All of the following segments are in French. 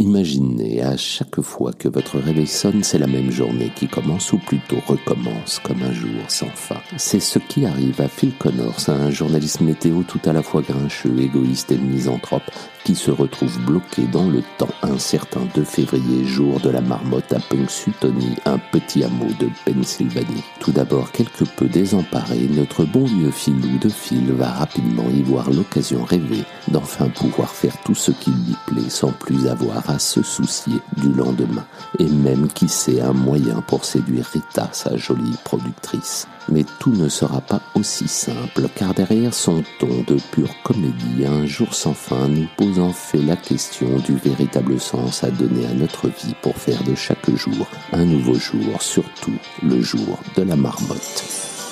Imaginez à chaque fois que votre réveil sonne, c'est la même journée qui commence ou plutôt recommence comme un jour sans fin. C'est ce qui arrive à Phil Connors, un journaliste météo tout à la fois grincheux, égoïste et misanthrope, qui se retrouve bloqué dans le temps un certain 2 février, jour de la marmotte à Punxsutawney, un petit hameau de Pennsylvanie. Tout d'abord quelque peu désemparé, notre bon vieux filou de Phil va rapidement y voir l'occasion rêvée d'enfin pouvoir faire tout ce qui lui plaît sans plus avoir à se soucier du lendemain, et même qui sait un moyen pour séduire Rita, sa jolie productrice. Mais tout ne sera pas aussi simple, car derrière son ton de pure comédie, un jour sans fin nous pose en fait la question du véritable sens à donner à notre vie pour faire de chaque jour un nouveau jour, surtout le jour de la marmotte.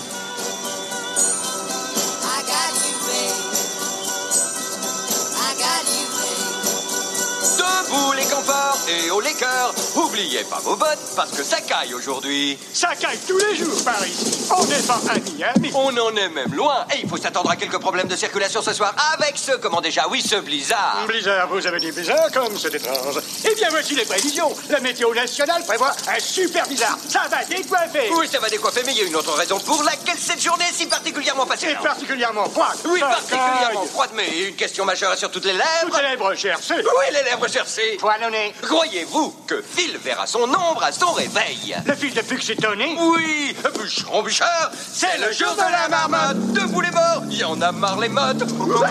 Et au Lakers, oubliez pas vos bottes parce que ça caille aujourd'hui. Ça caille tous les jours par ici. On n'est pas à Miami. On en est même loin. Et il faut s'attendre à quelques problèmes de circulation ce soir avec ce blizzard. Blizzard, vous avez dit blizzard comme c'est étrange. Eh bien voici les prévisions. La météo nationale prévoit un super blizzard. Ça va décoiffer. Oui, ça va décoiffer, mais il y a une autre raison pour laquelle cette journée est si particulièrement passionnante. C'est particulièrement froide. Oui, particulièrement froide, mais une question majeure sur toutes les lèvres. Toutes les lèvres gercées. Oui, les lèvres gercées. Poilonnées. Croyez-vous que Phil verra son ombre à son réveil? Le fils de Punxsutawney? Oui, bûcheron bûcheur, c'est le jour de la marmotte. Debout les morts, il y en a marre les mottes.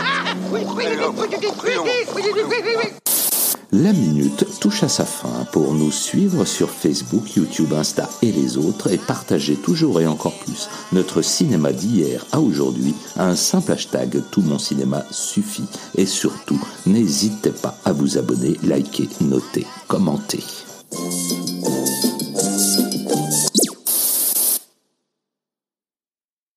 La minute touche à sa fin. Pour nous suivre sur Facebook, YouTube, Insta et les autres, et partager toujours et encore plus notre cinéma d'hier à aujourd'hui, un simple hashtag « Tout mon cinéma » suffit. Et surtout, n'hésitez pas à vous abonner, liker, noter, commenter.